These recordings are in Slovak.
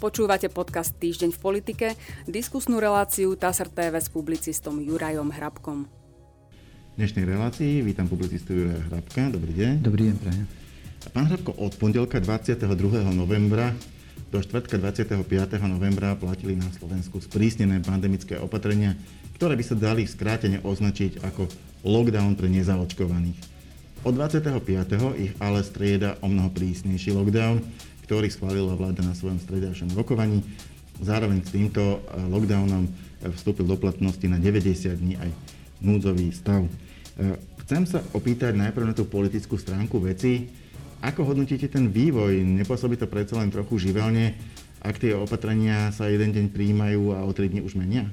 Počúvate podcast Týždeň v politike, diskusnú reláciu TASR TV s publicistom Jurajom Hrabkom. V dnešnej relácii vítam publicistu Juraja Hrabka. Dobrý deň. Dobrý deň, prajem. Pán Hrabko, od pondelka 22. novembra do štvrtka 25. novembra platili na Slovensku sprísnené pandemické opatrenia, ktoré by sa dali skrátene označiť ako lockdown pre nezaočkovaných. Od 25. ich ale strieda o mnoho prísnejší lockdown, ktorý schválila vláda na svojom stredajšom rokovaní. Zároveň s týmto lockdownom vstúpil do platnosti na 90 dní aj núdzový stav. Chcem sa opýtať najprv na tú politickú stránku veci. Ako hodnotíte ten vývoj? Nepôsobí to predsa len trochu živelne, ak tie opatrenia sa jeden deň prijímajú a o 3 dní už menia?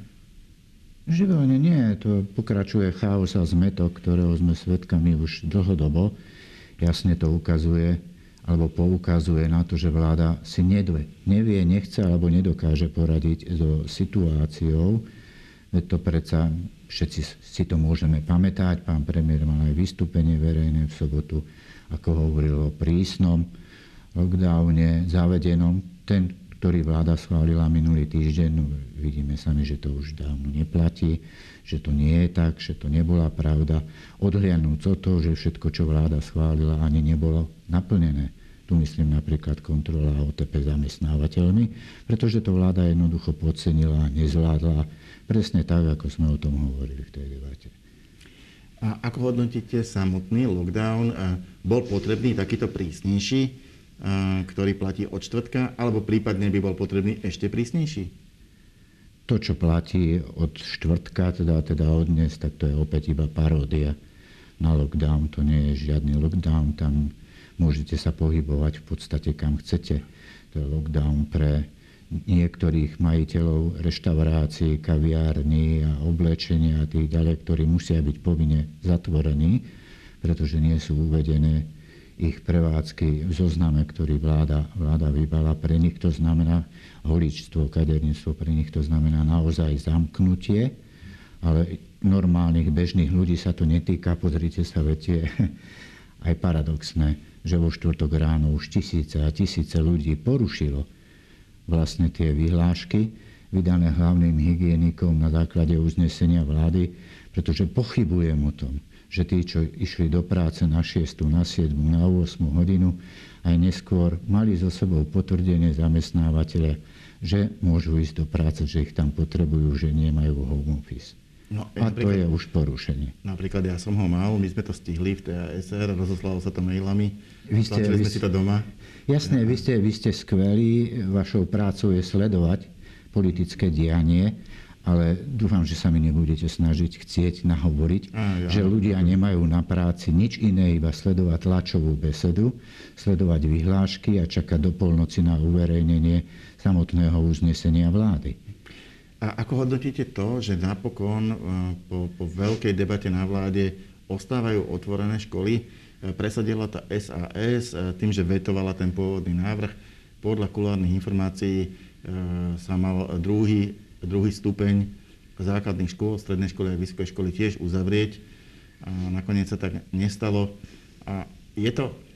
Živelne nie. To pokračuje chaos a zmätok, ktorého sme svedkami už dlhodobo. Jasne to ukazuje alebo poukazuje na to, že vláda si nevie, nechce alebo nedokáže poradiť so situáciou. Veď to predsa všetci si to môžeme pamätať. Pán premiér mal aj vystúpenie verejné v sobotu, ako hovoril o prísnom lockdowne zavedenom. Ten, ktorý vláda schválila minulý týždeň, no vidíme sami, že to už dávno neplatí, že to nie je tak, že to nebola pravda. Odhliadnúť od toho, že všetko, čo vláda schválila, ani nebolo naplnené. Tu myslím napríklad kontrola OTP zamestnávateľmi, pretože to vláda jednoducho podcenila a nezvládla presne tak, ako sme o tom hovorili v tej debate. A ako hodnotíte samotný lockdown? Bol potrebný takýto prísnejší, ktorý platí od štvrtka, alebo prípadne by bol potrebný ešte prísnejší? To, čo platí od štvrtka, teda od dnes, tak to je opäť iba paródia na lockdown. To nie je žiadny lockdown, tam môžete sa pohybovať v podstate kam chcete. To je lockdown pre niektorých majiteľov reštaurácií, kaviární a oblečenia a tých ďalej, ktorí musia byť povinne zatvorení, pretože nie sú uvedené ich prevádzky v zozname, ktorý vláda vybala. Pre nich to znamená holičstvo, kaderníctvo, pre nich to znamená naozaj zamknutie, ale normálnych bežných ľudí sa to netýka. Pozrite sa, viete, aj paradoxné, že vo štvrtok ráno už tisíce a tisíce ľudí porušilo vlastne tie vyhlášky vydané hlavným hygienikom na základe uznesenia vlády, pretože pochybujem o tom, že tí, čo išli do práce na 6., na 7., na 8 hodinu, aj neskôr mali so sebou potvrdenie zamestnávateľa, že môžu ísť do práce, že ich tam potrebujú, že nemajú home office. No, a to je už porušenie. Napríklad ja som ho mal, my sme to stihli v TASR, rozoslalo sa to mailami, tlačili sme si to doma. Jasné, vy ste skvelí, vašou prácou je sledovať politické dianie, ale dúfam, že sa mi nebudete snažiť chcieť nahovoriť, že ľudia nemajú na práci nič iné, iba sledovať tlačovú besedu, sledovať vyhlášky a čakať do polnoci na uverejnenie samotného uznesenia vlády. A ako hodnotíte to, že napokon po veľkej debate na vláde ostávajú otvorené školy? Presadila tá SAS tým, že vetovala ten pôvodný návrh. Podľa kulárnych informácií sa mal druhý stupeň základných škôl, strednej školy a vysokej školy tiež uzavrieť. A nakoniec sa tak nestalo. A je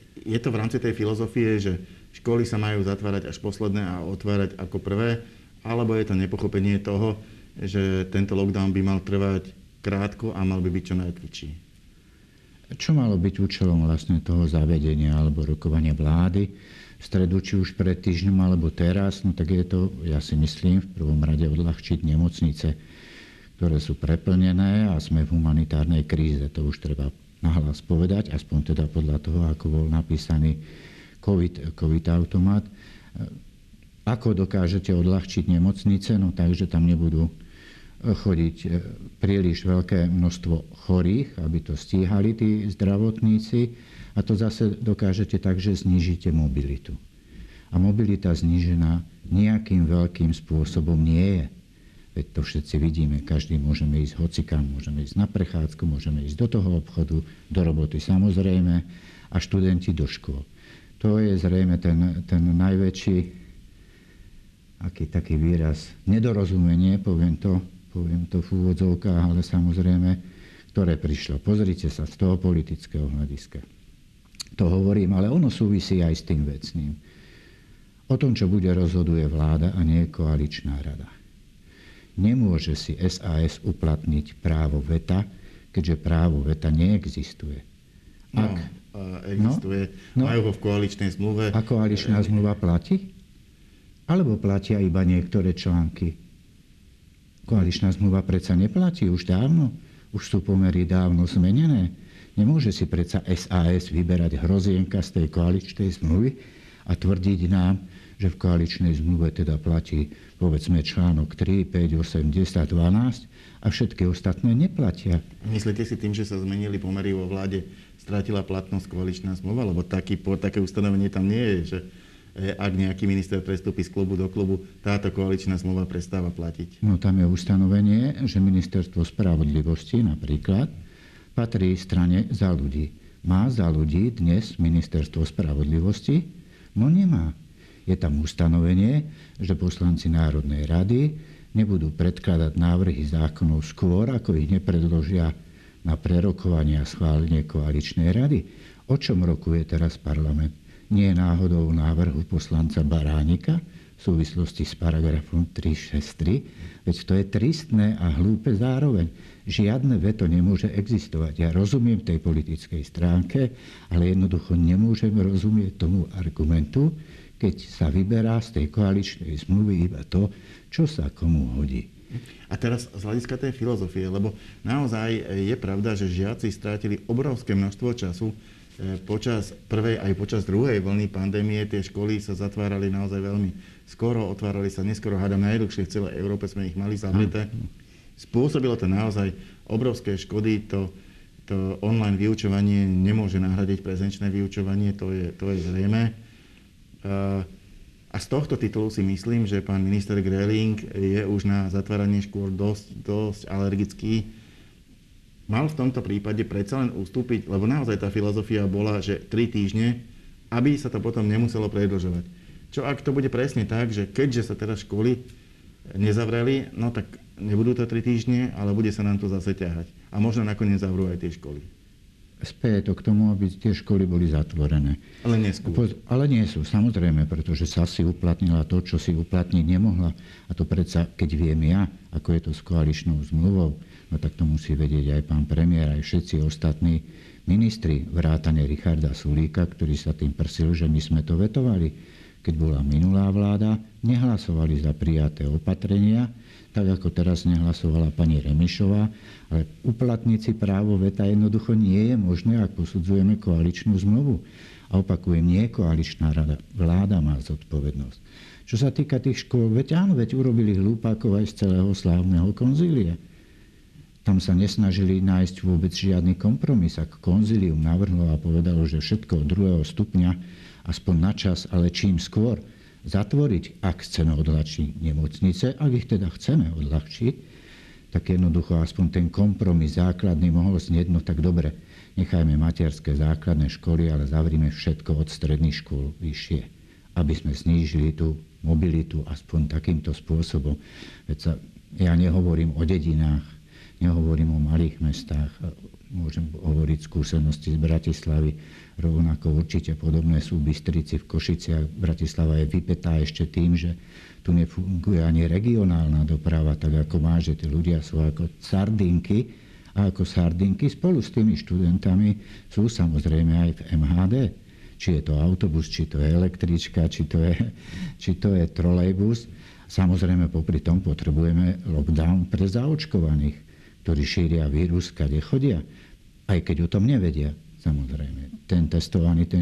to v rámci tej filozofie, že školy sa majú zatvárať až posledné a otvárať ako prvé, alebo je to nepochopenie toho, že tento lockdown by mal trvať krátko a mal by byť čo najtvrdší? Čo malo byť účelom vlastne toho zavedenia alebo rokovania vlády v stredu, či už pred týždňom alebo teraz, no tak je to, ja si myslím, v prvom rade odľahčiť nemocnice, ktoré sú preplnené a sme v humanitárnej kríze. To už treba nahlas povedať, aspoň teda podľa toho, ako bol napísaný COVID automat. Ako dokážete odľahčiť nemocnice? No takže tam nebudú chodiť príliš veľké množstvo chorých, aby to stíhali tí zdravotníci. A to zase dokážete tak, že znížite mobilitu. A mobilita znížená nejakým veľkým spôsobom nie je. Veď to všetci vidíme, každý môžeme ísť hocikam, môžeme ísť na prechádzku, môžeme ísť do toho obchodu, do roboty samozrejme a študenti do škôl. To je zrejme ten najväčší taký výraz nedorozumenie, poviem to v úvodzovkách, ale samozrejme, ktoré prišlo. Pozrite sa z toho politického hľadiska. To hovorím, ale ono súvisí aj s tým vecným. O tom, čo bude, rozhoduje vláda a nie koaličná rada. Nemôže si SAS uplatniť právo veta, keďže právo veta neexistuje. Existuje. Majú ho v koaličnej zmluve. A koaličná zmluva platí? Alebo platia iba niektoré články? Koaličná zmluva predsa neplatí už dávno. Už sú pomery dávno zmenené. Nemôže si predsa SAS vyberať hrozienka z tej koaličnej zmluvy a tvrdiť nám, že v koaličnej zmluve teda platí povedzme článok 3, 5, 8, 10, 12 a všetky ostatné neplatia. Myslíte si tým, že sa zmenili pomery vo vláde, strátila platnosť koaličná zmluva? Lebo také ustanovenie tam nie je, že ak nejaký minister prestúpi z klubu do klubu, táto koaličná zmluva prestáva platiť. No tam je ustanovenie, že ministerstvo spravodlivosti napríklad patrí strane Za ľudí. Má Za ľudí dnes ministerstvo spravodlivosti? No nemá. Je tam ustanovenie, že poslanci Národnej rady nebudú predkladať návrhy zákonov skôr, ako ich nepredložia na prerokovanie a schválenie koaličnej rady. O čom rokuje teraz parlament? Nie je náhodou návrhu poslanca Baránika v súvislosti s paragrafom 363? Veď to je tristné a hlúpe zároveň. Žiadne veto nemôže existovať. Ja rozumiem tej politickej stránke, ale jednoducho nemôžem rozumieť tomu argumentu, keď sa vyberá z tej koaličnej zmluvy iba to, čo sa komu hodí. A teraz z hľadiska tej filozofie, lebo naozaj je pravda, že žiaci strátili obrovské množstvo času počas prvej aj počas druhej vlny pandémie. Tie školy sa zatvárali naozaj veľmi skoro, otvárali sa neskoro, hádam najdlhšie v celej Európe sme ich mali zavreté. Spôsobilo to naozaj obrovské škody. To online vyučovanie nemôže nahradiť prezenčné vyučovanie, to je zrejmé. A z tohto titulu si myslím, že pán minister Gröling je už na zatváranie škôl dosť alergický. Mal v tomto prípade predsa len ustúpiť, lebo naozaj tá filozofia bola, že 3 týždne, aby sa to potom nemuselo predĺžovať. Čo ak to bude presne tak, že keďže sa teraz školy nezavreli, no tak nebudú to 3 týždne, ale bude sa nám to zase ťahať. A možno nakoniec zavrú aj tie školy. Speje to k tomu, aby tie školy boli zatvorené. Ale neskôr. Ale nie sú, samozrejme, pretože sa si uplatnila to, čo si uplatniť nemohla. A to predsa, keď viem ja, ako je to s koaličnou zmluvou, no tak to musí vedieť aj pán premiér, aj všetci ostatní ministri, vrátane Richarda Sulíka, ktorý sa tým prsil, že my sme to vetovali. Keď bola minulá vláda, nehlasovali za prijaté opatrenia, tak ako teraz nehlasovala pani Remišová, ale uplatniť si právo veta jednoducho nie je možné, ak posudzujeme koaličnú zmluvu. A opakujem, nie koaličná rada, vláda má zodpovednosť. Čo sa týka tých škôl, veď urobili hlúpakov aj z celého slávneho konzília. Tam sa nesnažili nájsť vôbec žiadny kompromis. Ak konzílium navrhlo a povedalo, že všetko od 2. stupňa, aspoň na čas, ale čím skôr, zatvoriť, ak chceme odľahčiť nemocnice, ak ich teda chceme odľahčiť, tak jednoducho aspoň ten kompromis základný mohol znieť, no tak dobre, nechajme materské základné školy, ale zavrime všetko od stredných škôl vyššie, aby sme znížili tú mobilitu aspoň takýmto spôsobom. Veď ja nehovorím o dedinách, nehovorím o malých mestách, môžem hovoriť skúsenosti z Bratislavy, rovnako určite podobné sú v Bystrici, v Košiciach. Bratislava je vypätá ešte tým, že tu nefunguje ani regionálna doprava, tak ako má, že tí ľudia sú ako sardinky a ako sardinky spolu s tými študentami sú samozrejme aj v MHD. Či je to autobus, či to je električka, či to je trolejbus. Samozrejme popri tom potrebujeme lockdown pre zaočkovaných, ktorí šíria vírus, kade chodia, aj keď o tom nevedia. Samozrejme, ten testovaný, ten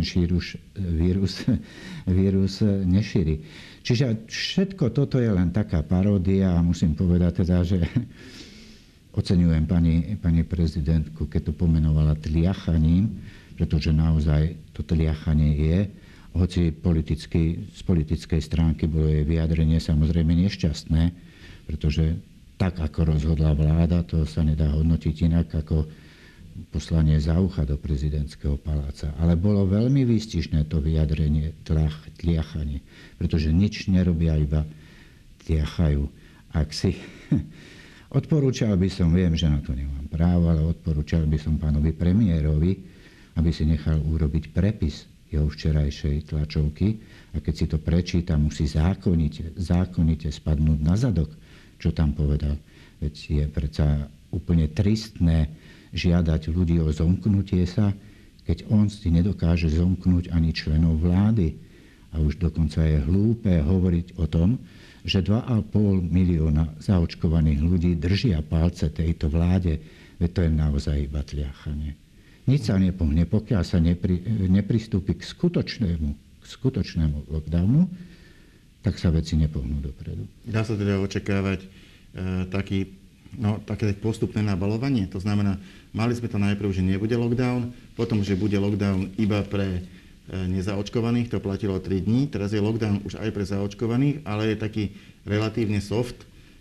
vírus nešíri. Čiže všetko toto je len taká paródia a musím povedať teda, že oceňujem pani prezidentku, keď to pomenovala tliachaním, pretože naozaj to tliachanie je, hoci z politickej stránky bolo jej vyjadrenie samozrejme nešťastné, pretože tak, ako rozhodla vláda, to sa nedá hodnotiť inak ako poslanie za ucha do prezidentského paláca. Ale bolo veľmi výstižné to vyjadrenie tliachanie, pretože nič nerobia, iba tliachajú. Ak si odporúčal by som, viem, že na to nemám právo, ale odporúčal by som pánovi premiérovi, aby si nechal urobiť prepis jeho včerajšej tlačovky. A keď si to prečíta, musí zákonite spadnúť na zadok, čo tam povedal. Veď je predsa úplne tristné žiadať ľudí o zomknutie sa, keď on si nedokáže zomknúť ani členov vlády. A už dokonca je hlúpe hovoriť o tom, že 2,5 milióna zaočkovaných ľudí držia palce tejto vláde. Veď to je naozaj iba tliachanie. Nič sa nepohne, pokiaľ sa nepristúpi k skutočnému lockdownu, tak sa veci nepohnú dopredu. Dá sa teda očakávať také postupné nabalovanie. To znamená, mali sme to najprv, že nebude lockdown, potom, že bude lockdown iba pre nezaočkovaných, to platilo 3 dní. Teraz je lockdown už aj pre zaočkovaných, ale je taký relatívne soft.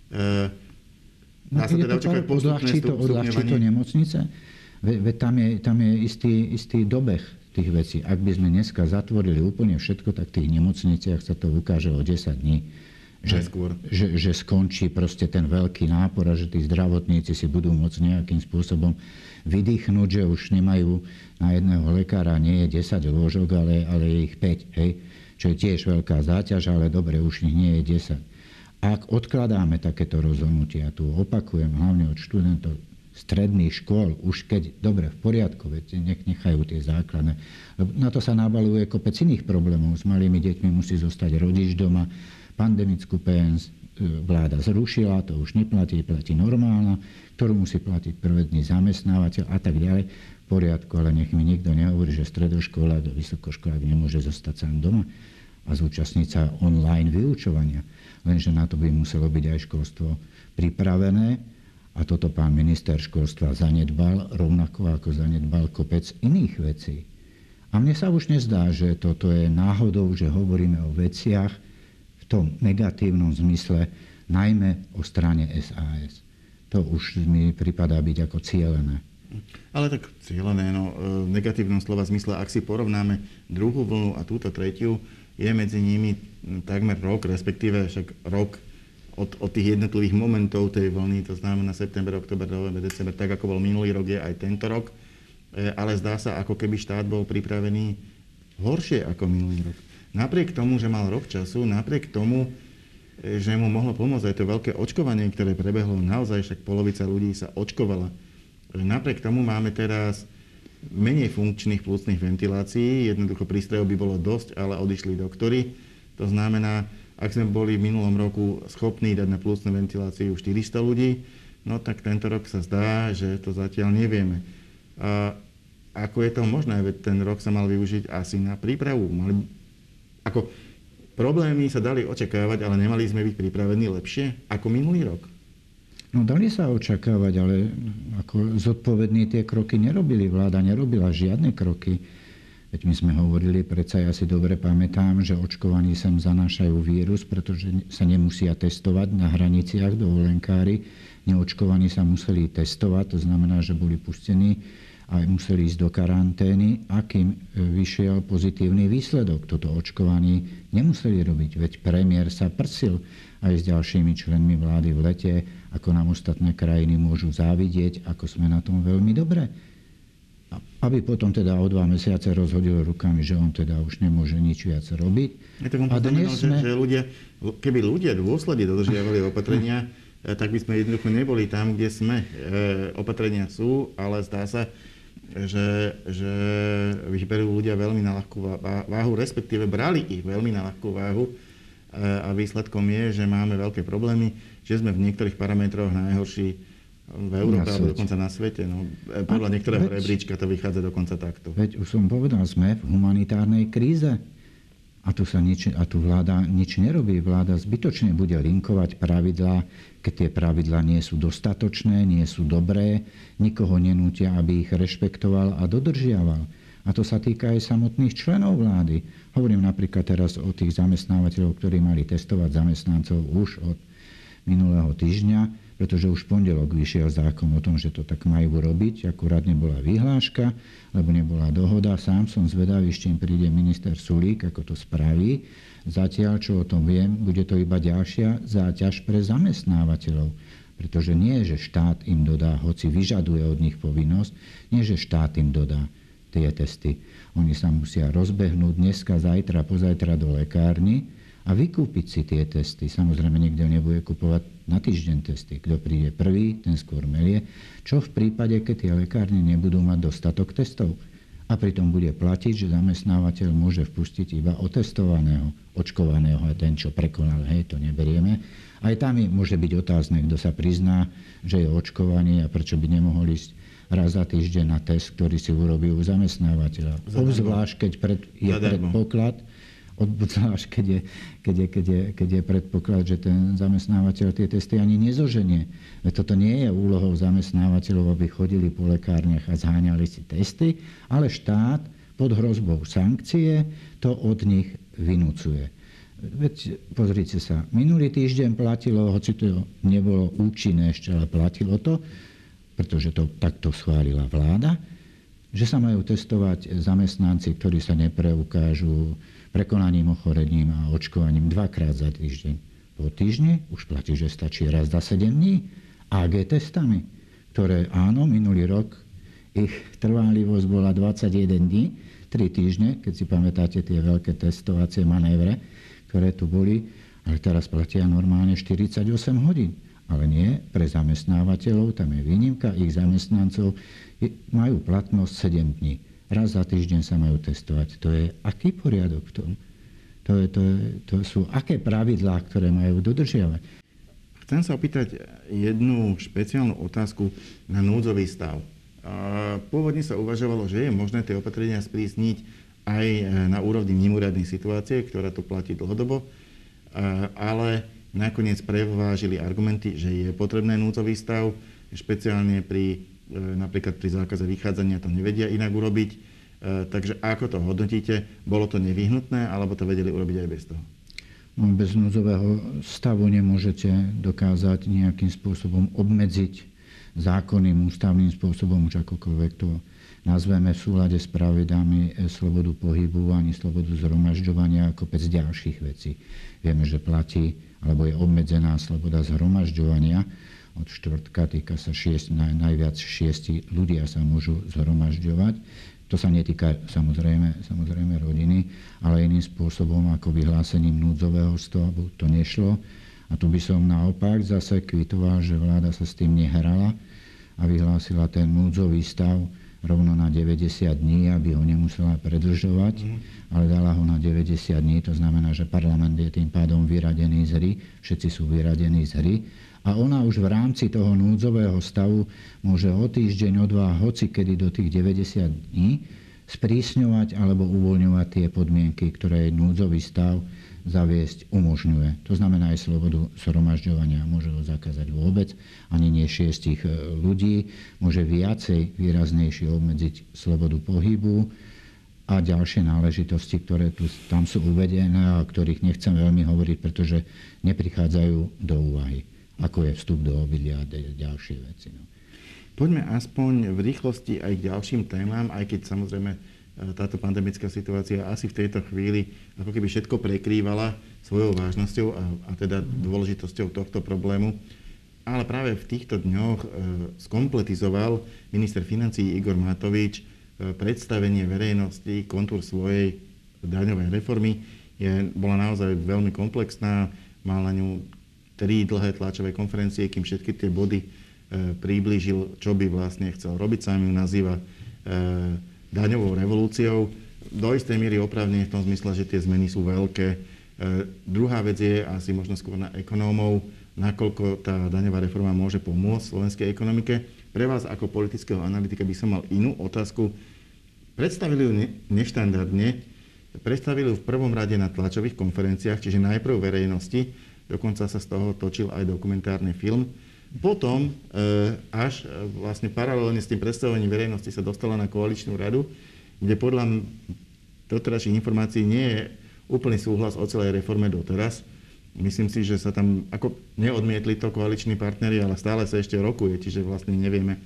Dá sa teda očakávať postupné odľahčí to nemocnice? Veď tam je istý dobeh tých vecí. Ak by sme dneska zatvorili úplne všetko, tak v tých nemocniciach sa to ukáže o 10 dní. Že skončí proste ten veľký nápor a že tí zdravotníci si budú môcť nejakým spôsobom vydýchnuť, že už nemajú na jedného lekára nie je 10 lôžok, ale je ich 5. Hej? Čo je tiež veľká záťaž, ale dobre, už ich nie je 10. Ak odkladáme takéto rozhodnutia, tu opakujem hlavne od študentov stredných škôl, už keď, dobre, v poriadku, veď nechajú tie základné. Na to sa nabaluje kopec iných problémov. S malými deťmi musí zostať rodič doma, pandemickú PNS vláda zrušila, to už neplatí, platí normálna, ktorú musí platiť prvotný zamestnávateľ a tak ďalej. V poriadku, ale nech mi nikto nehovorí, že stredoškolák a vysokoškolák nemôže zostať sám doma a zúčastniť sa online vyučovania. Lenže na to by muselo byť aj školstvo pripravené a toto pán minister školstva zanedbal, rovnako ako zanedbal kopec iných vecí. A mne sa už nezdá, že toto je náhodou, že hovoríme o veciach v tom negatívnom zmysle, najmä o strane SAS. To už mi pripadá byť ako cielené. Ale tak cielené, v negatívnom slova zmysle, ak si porovnáme druhú vlnu a túto tretiu, je medzi nimi takmer rok, respektíve však rok od tých jednotlivých momentov tej vlny, to znamená september, október, november, december, tak ako bol minulý rok, je aj tento rok. Ale zdá sa, ako keby štát bol pripravený horšie ako minulý rok. Napriek tomu, že mal rok času, napriek tomu, že mu mohlo pomôcť aj to veľké očkovanie, ktoré prebehlo, naozaj však polovica ľudí sa očkovala. Napriek tomu máme teraz menej funkčných plúcnych ventilácií, jednoducho prístrojov by bolo dosť, ale odišli doktori. To znamená, ak sme boli v minulom roku schopní dať na plúcnu ventiláciu 400 ľudí, no tak tento rok sa zdá, že to zatiaľ nevieme. A ako je to možné? Veď ten rok sa mal využiť asi na prípravu. Problémy sa dali očakávať, ale nemali sme byť pripravení lepšie ako minulý rok. No dali sa očakávať, ale ako zodpovední tie kroky nerobili. Vláda nerobila žiadne kroky. Veď my sme hovorili, predsa ja si dobre pamätám, že očkovaní sem zanášajú vírus, pretože sa nemusia testovať na hraniciach dovolenkári. Neočkovaní sa museli testovať, to znamená, že boli pustení a museli ísť do karantény, akým vyšiel pozitívny výsledok. Toto očkovaní nemuseli robiť, veď premiér sa prsil aj s ďalšími členmi vlády v lete, ako nám ostatné krajiny môžu závidieť, ako sme na tom veľmi dobre. Aby potom teda o 2 mesiace rozhodil rukami, že on teda už nemôže nič viac robiť. A dnes že keby ľudia dôsledne dodržiavali opatrenia, tak by sme jednoducho neboli tam, kde sme. Opatrenia sú, ale zdá sa, že vyberú ľudia veľmi na ľahkú váhu, respektíve brali ich veľmi na ľahkú váhu a výsledkom je, že máme veľké problémy, že sme v niektorých parametroch najhorší v Európe alebo dokonca na svete. No, podľa niektorého rebríčka to vychádza dokonca takto. Veď už som povedal, sme v humanitárnej kríze. A tu vláda nič nerobí. Vláda zbytočne bude linkovať pravidlá, keď tie pravidlá nie sú dostatočné, nie sú dobré, nikoho nenútia, aby ich rešpektoval a dodržiaval. A to sa týka aj samotných členov vlády. Hovorím napríklad teraz o tých zamestnávateľov, ktorí mali testovať zamestnancov už od minulého týždňa, pretože už v pondelok vyšiel zákon o tom, že to tak majú robiť. Akurát nebola vyhláška, lebo nebola dohoda. Sám som zvedavý, s čím príde minister Sulík, ako to spraví. Zatiaľ, čo o tom viem, bude to iba ďalšia záťaž pre zamestnávateľov. Pretože nie, že štát im dodá, hoci vyžaduje od nich povinnosť, nie, že štát im dodá. tie testy. Oni sa musia rozbehnúť dneska, zajtra, pozajtra do lekárny a vykúpiť si tie testy. Samozrejme, nikto nebude kupovať na týždeň testy. Kto príde prvý, ten skôr melie. Čo v prípade, keď tie lekárne nebudú mať dostatok testov? A pritom bude platiť, že zamestnávateľ môže vpustiť iba otestovaného, očkovaného a ten, čo prekonal, hej, to neberieme. Aj tam môže byť otázne, kto sa prizná, že je očkovaný a prečo by nemohol ísť raz za týždeň na test, ktorý si urobí u zamestnávateľa. Obzvlášť, keď je predpoklad, obzvlášť, keď je predpoklad, že ten zamestnávateľ tie testy ani nezoženie. Toto nie je úlohou zamestnávateľov, aby chodili po lekárniach a zháňali si testy, ale štát pod hrozbou sankcie to od nich vynúcuje. Veď pozrite sa, minulý týždeň platilo, hoci to nebolo účinné ešte, ale platilo to, pretože to takto schválila vláda, že sa majú testovať zamestnanci, ktorí sa nepreukážu prekonaním ochorením a očkovaním 2-krát za týždeň. Po týždni už platí, že stačí raz za 7 dní. AG testami, ktoré áno, minulý rok ich trválivosť bola 21 dní, 3 týždne, keď si pamätáte tie veľké testovacie manévre, ktoré tu boli, ale teraz platia normálne 48 hodín. Ale nie, pre zamestnávateľov, tam je výnimka, ich zamestnancov majú platnosť 7 dní. Raz za týždeň sa majú testovať. To je aký poriadok v tom? To sú aké pravidlá, ktoré majú dodržiavať? Chcem sa opýtať jednu špeciálnu otázku na núdzový stav. Pôvodne sa uvažovalo, že je možné tie opatrenia sprísniť aj na úrovni mimoriadnej situácie, ktorá tu platí dlhodobo, ale nakoniec prevážili argumenty, že je potrebné núdzový stav, špeciálne napríklad pri zákaze vychádzania to nevedia inak urobiť. Takže ako to hodnotíte? Bolo to nevyhnutné, alebo to vedeli urobiť aj bez toho? No, bez núdzového stavu nemôžete dokázať nejakým spôsobom obmedziť zákonným, ústavným spôsobom, už akokoľvek to nazveme v súlade s pravidlami slobodu pohybu ani slobodu zhromažďovania a kopec ďalších vecí. Vieme, že platí, alebo je obmedzená sloboda zhromažďovania. Od štvrtka týka sa najviac 6 ľudia sa môžu zhromažďovať. To sa netýka samozrejme rodiny, ale iným spôsobom ako vyhlásením núdzového stavu to nešlo. A tu by som naopak zase kvitoval, že vláda sa s tým nehrala a vyhlásila ten núdzový stav rovno na 90 dní, aby ho nemusela predĺžovať, ale dala ho na 90 dní. To znamená, že parlament je tým pádom vyradený z hry, všetci sú vyradení z hry. A ona už v rámci toho núdzového stavu môže o týždeň, o 2, hocikedy do tých 90 dní sprísňovať alebo uvoľňovať tie podmienky, ktoré núdzový stav zaviesť umožňuje. To znamená aj slobodu zhromažďovania. Môže ho zakázať vôbec, ani nie 6 ľudí. Môže viacej, výraznejšie obmedziť slobodu pohybu a ďalšie náležitosti, ktoré tam sú uvedené a o ktorých nechcem veľmi hovoriť, pretože neprichádzajú do úvahy, ako je vstup do obydlia a ďalšie veci. No. Poďme aspoň v rýchlosti aj k ďalším témam, aj keď samozrejme táto pandemická situácia asi v tejto chvíli ako keby všetko prekrývala svojou vážnosťou a teda dôležitosťou tohto problému. Ale práve v týchto dňoch skompletizoval minister financií Igor Matovič predstavenie verejnosti kontúr svojej daňovej reformy. Bola naozaj veľmi komplexná, mal na ňu 3 dlhé tlačové konferencie, kým všetky tie body priblížil, čo by vlastne chcel robiť. Sám ju nazýva daňovou revolúciou. Do istej miery oprávnene v tom zmysle, že tie zmeny sú veľké. Druhá vec je asi možno skôr na ekonómov, nakoľko tá daňová reforma môže pomôcť slovenskej ekonomike. Pre vás ako politického analytika by som mal inú otázku. Predstavili ju neštandardne, predstavili ju v prvom rade na tlačových konferenciách, čiže najprv verejnosti, dokonca sa z toho točil aj dokumentárny film. Potom až vlastne paralelne s tým predstavovaním verejnosti sa dostala na koaličnú radu, kde podľa doterajších informácií nie je úplný súhlas o celej reforme doteraz. Myslím si, že sa tam ako neodmietli to koaliční partneri, ale stále sa ešte rokuje, čiže vlastne nevieme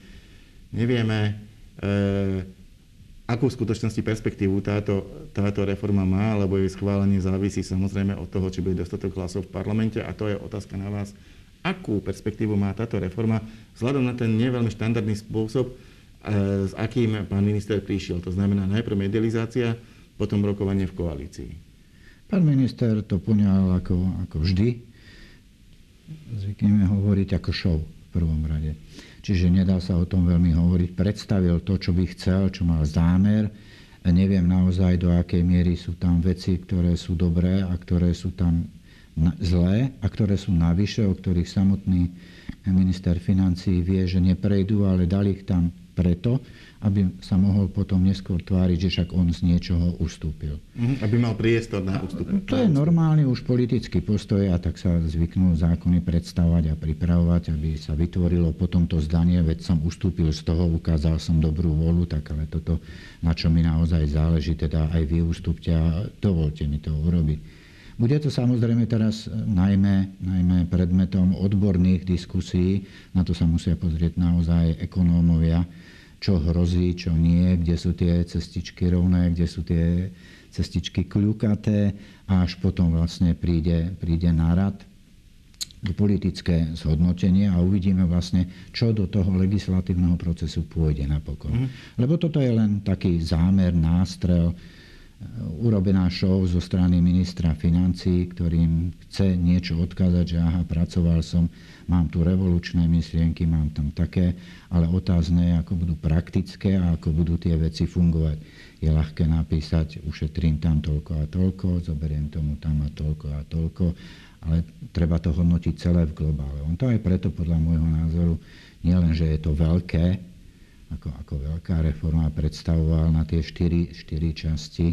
akú v skutočnosti perspektívu táto reforma má, lebo jej schválenie závisí samozrejme od toho, či bude dostatok hlasov v parlamente, a to je otázka na vás. Akú perspektívu má táto reforma vzhľadom na ten neveľmi štandardný spôsob, s akým pán minister prišiel. To znamená najprv medializácia, potom rokovanie v koalícii. Pán minister to poňal ako vždy. Zvykneme hovoriť ako show v prvom rade. Čiže nedá sa o tom veľmi hovoriť. Predstavil to, čo by chcel, čo mal zámer. Neviem naozaj, do akej miery sú tam veci, ktoré sú dobré a ktoré sú tam zlé a ktoré sú navyše, o ktorých samotný minister financií vie, že neprejdú, ale dali ich tam preto, aby sa mohol potom neskôr tváriť, že však on z niečoho ustúpil. Aby mal priestor na ústup. To je normálny už politický postoj a tak sa zvyknú zákony predstavovať a pripravovať, aby sa vytvorilo potom to zdanie, veď som ustúpil z toho, ukázal som dobrú vôľu, tak ale toto, na čo mi naozaj záleží, teda aj vy ustúpte a dovolte mi to urobiť. Bude to samozrejme teraz najmä predmetom odborných diskusí, na to sa musia pozrieť naozaj ekonómovia, čo hrozí, čo nie, kde sú tie cestičky rovné, kde sú tie cestičky kľukaté a až potom vlastne príde nárad, politické zhodnotenie a uvidíme vlastne, čo do toho legislatívneho procesu pôjde napokon. Lebo toto je len taký zámer, nástrel, urobená show zo strany ministra financií, ktorým chce niečo odkázať, že aha, pracoval som, mám tu revolučné myšlienky, mám tam také, ale otázne je, ako budú praktické a ako budú tie veci fungovať. Je ľahké napísať, ušetrím tam toľko a toľko, zoberiem tomu tam a toľko a toľko, ale treba to hodnotiť celé v globále. On to aj preto, podľa môjho názoru, nielen, že je to veľké, ako veľká reforma predstavoval na tie štyri časti,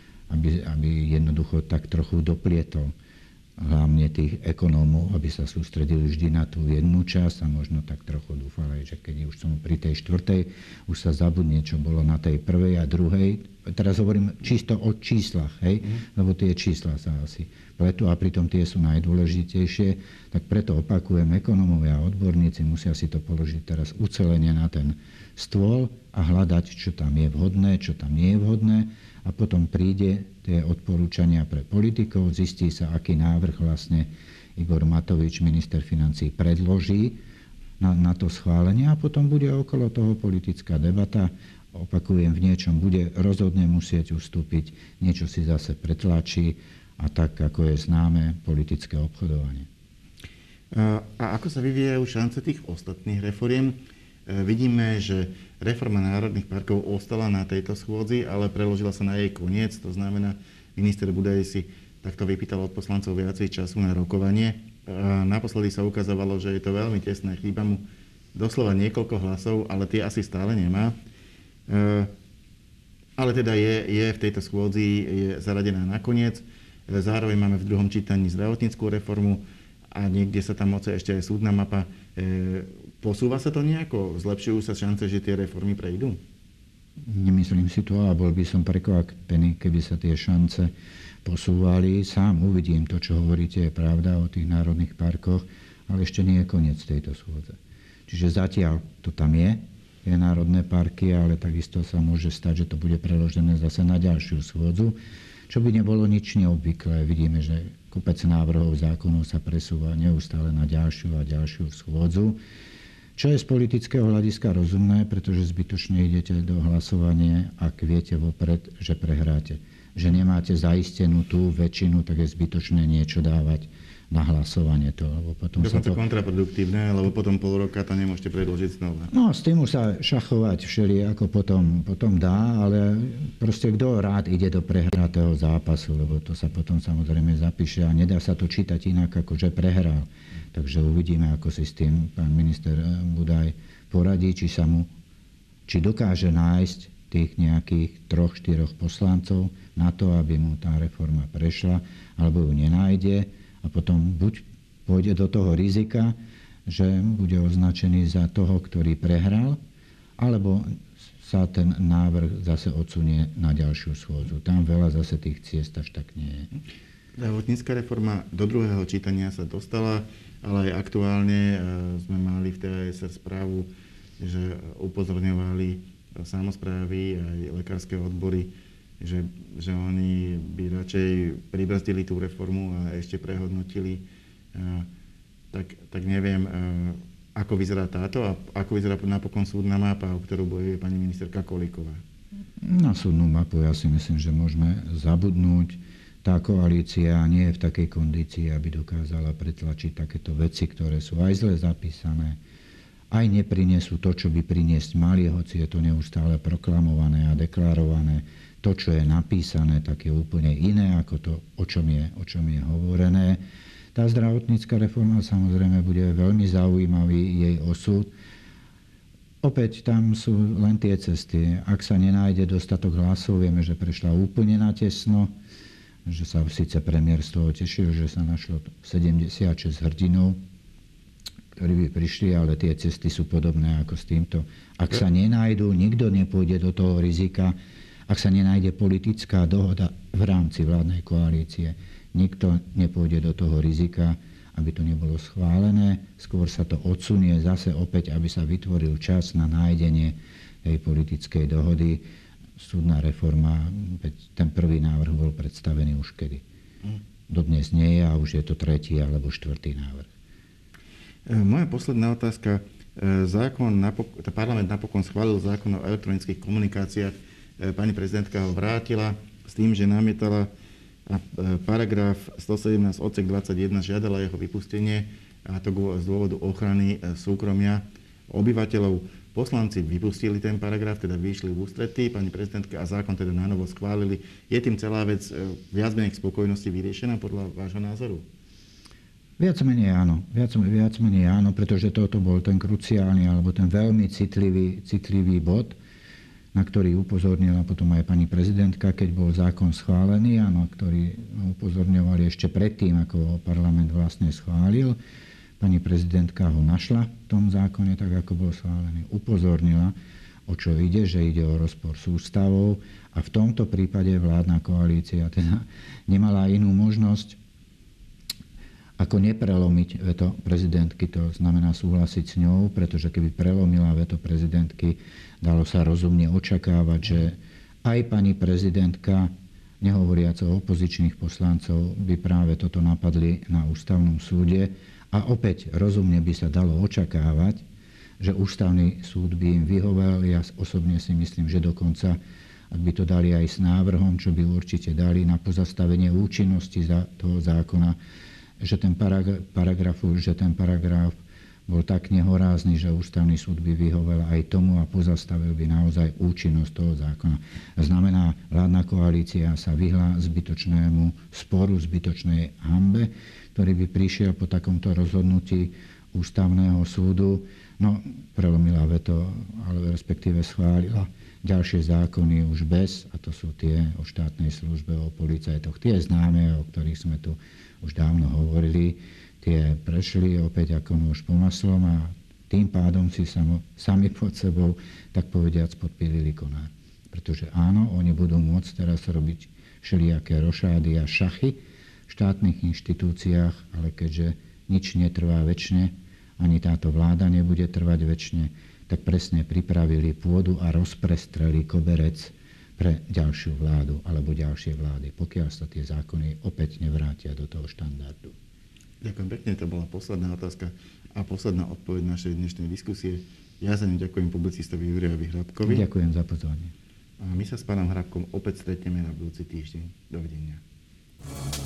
aby jednoducho tak trochu doplietol hlavne tých ekonómov, aby sa sústredili vždy na tú jednu časť a možno tak trochu dúfali, že keď už som pri tej štvrtej, už sa zabudne, čo bolo na tej prvej a druhej. Teraz hovorím čisto o číslach, hej? Lebo tie čísla sa asi pletú a pritom tie sú najdôležitejšie. Tak preto opakujem, ekonómovia a odborníci musia si to položiť teraz ucelenie na ten stôl a hľadať, čo tam je vhodné, čo tam nie je vhodné a potom príde tie odporúčania pre politikov, zistí sa, aký návrh vlastne Igor Matovič, minister financií, predloží na to schválenie a potom bude okolo toho politická debata. Opakujem, v niečom bude rozhodne musieť ustúpiť, niečo si zase pretlačí a tak, ako je známe, politické obchodovanie. A ako sa vyvíjajú šance tých ostatných reforiem? Vidíme, že reforma národných parkov ostala na tejto schôdzi, ale preložila sa na jej koniec. To znamená, minister Budaj si takto vypýtal od poslancov viacej času na rokovanie. Naposledy sa ukazovalo, že je to veľmi tesné. Chýba mu doslova niekoľko hlasov, ale tie asi stále nemá. Ale teda je v tejto schôdzi je zaradená na koniec. Zároveň máme v druhom čítaní zdravotníckú reformu a niekde sa tam moce ešte aj súdna mapa. Posúva sa to nejako? Zlepšujú sa šance, že tie reformy prejdú? Nemyslím si to a bol by som prekvapený, keby sa tie šance posúvali. Sám uvidím to, čo hovoríte, je pravda o tých národných parkoch, ale ešte nie je koniec tejto schôdze. Čiže zatiaľ to tam je, tie národné parky, ale takisto sa môže stať, že to bude preložené zase na ďalšiu schôdzu, čo by nebolo nič neobvyklé. Vidíme, že kopec návrhov zákonov sa presúva neustále na ďalšiu a ďalšiu schôdzu. Čo je z politického hľadiska rozumné, pretože zbytočne idete do hlasovania, ak viete vopred, že prehráte. Že nemáte zaistenú tú väčšinu, tak je zbytočné niečo dávať na hlasovanie. Lebo potom dokonca kontraproduktívne, lebo potom pol roka to nemôžete predĺžiť znova. No, s tým už sa šachovať ako potom dá, ale proste kto rád ide do prehratého zápasu, lebo to sa potom samozrejme zapíše a nedá sa to čítať inak, ako že prehral. Takže uvidíme, ako si s tým pán minister Budaj poradí, či dokáže nájsť tých nejakých 3-4 poslancov na to, aby mu tá reforma prešla, alebo ju nenájde a potom buď pôjde do toho rizika, že bude označený za toho, ktorý prehral, alebo sa ten návrh zase odsunie na ďalšiu schôdzu. Tam veľa zase tých ciest až tak nie je. Zdravotnícka reforma do druhého čítania sa dostala, ale aj aktuálne sme mali v TASR správu, že upozorňovali samosprávy aj lekárske odbory, že oni by radšej pribrzdili tú reformu a ešte prehodnotili. Tak neviem, ako vyzerá táto a ako vyzerá napokon súdna mapa, o ktorú bojuje pani ministerka Kolíková? Na súdnu mapu ja si myslím, že môžeme zabudnúť. Tá koalícia nie je v takej kondícii, aby dokázala pretlačiť takéto veci, ktoré sú aj zle zapísané, aj neprinesú to, čo by priniesť mali, hoci je to neustále proklamované a deklarované. To, čo je napísané, tak je úplne iné ako to, o čom je hovorené. Tá zdravotnícka reforma samozrejme bude veľmi zaujímavý jej osud. Opäť tam sú len tie cesty. Ak sa nenájde dostatok hlasov, vieme, že prešla úplne natesno, že sa síce premiér z toho tešil, že sa našlo 76 hrdinov, ktorí by prišli, ale tie cesty sú podobné ako s týmto. Ak sa nenájdu, nikto nepôjde do toho rizika. Ak sa nenájde politická dohoda v rámci vládnej koalície, nikto nepôjde do toho rizika, aby to nebolo schválené. Skôr sa to odsunie zase opäť, aby sa vytvoril čas na nájdenie tej politickej dohody. Súdna reforma, ten prvý návrh bol predstavený už kedy. Dodnes nie je a už je to tretí alebo štvrtý návrh. Moja posledná otázka. Parlament napokon schválil zákon o elektronických komunikáciách. Pani prezidentka ho vrátila s tým, že namietala a paragraf 117 odsek 21 žiadala jeho vypustenie, a to z dôvodu ochrany súkromia obyvateľov. Poslanci vypustili ten paragraf, teda vyšli v ústretí, pani prezidentka a zákon teda nanovo schválili. Je tým celá vec viac menej k spokojnosti vyriešená podľa vášho názoru? Viac menej áno, pretože toto bol ten kruciálny alebo ten veľmi citlivý bod, na ktorý upozornila potom aj pani prezidentka, keď bol zákon schválený, a na ktorý upozorňovali ešte predtým, ako ho parlament vlastne schválil. Pani prezidentka ho našla v tom zákone, tak ako bol schválený. Upozornila, o čo ide, že ide o rozpor s ústavou, a v tomto prípade vládna koalícia teda nemala inú možnosť, ako neprelomiť veto prezidentky, to znamená súhlasiť s ňou, pretože keby prelomila veto prezidentky, dalo sa rozumne očakávať, že aj pani prezidentka, nehovoriac o opozičných poslancov, by práve toto napadli na ústavnom súde. A opäť rozumne by sa dalo očakávať, že ústavný súd by im vyhovel. Ja osobne si myslím, že dokonca, ak by to dali aj s návrhom, čo by určite dali na pozastavenie účinnosti toho zákona, že ten paragraf bol tak nehorázny, že ústavný súd by vyhovel aj tomu a pozastavil by naozaj účinnosť toho zákona. Znamená, vládna koalícia sa vyhla zbytočnému sporu, zbytočnej hanbe, ktorý by prišiel po takomto rozhodnutí ústavného súdu. No, prelomila veto, ale respektíve schválila ďalšie zákony už bez, a to sú tie o štátnej službe, o policajtoch, tie známe, o ktorých sme tu už dávno hovorili. Tie prešli opäť ako nôž po maslom a tým pádom si sami pod sebou, tak povediac, podpílili konár. Pretože áno, oni budú môcť teraz robiť všelijaké rošády a šachy v štátnych inštitúciách, ale keďže nič netrvá večne, ani táto vláda nebude trvať večne, tak presne pripravili pôdu a rozprestreli koberec pre ďalšiu vládu alebo ďalšie vlády, pokiaľ sa tie zákony opäť nevrátia do toho štandardu. Ďakujem pekne, to bola posledná otázka a posledná odpoveď našej dnešnej diskusie. Ja za ňu ďakujem publicistovi Jurajovi Hrabkovi. Ďakujem za pozvanie. A my sa s pánom Hrabkom opäť stretneme na budúci týždeň. Dovidenia.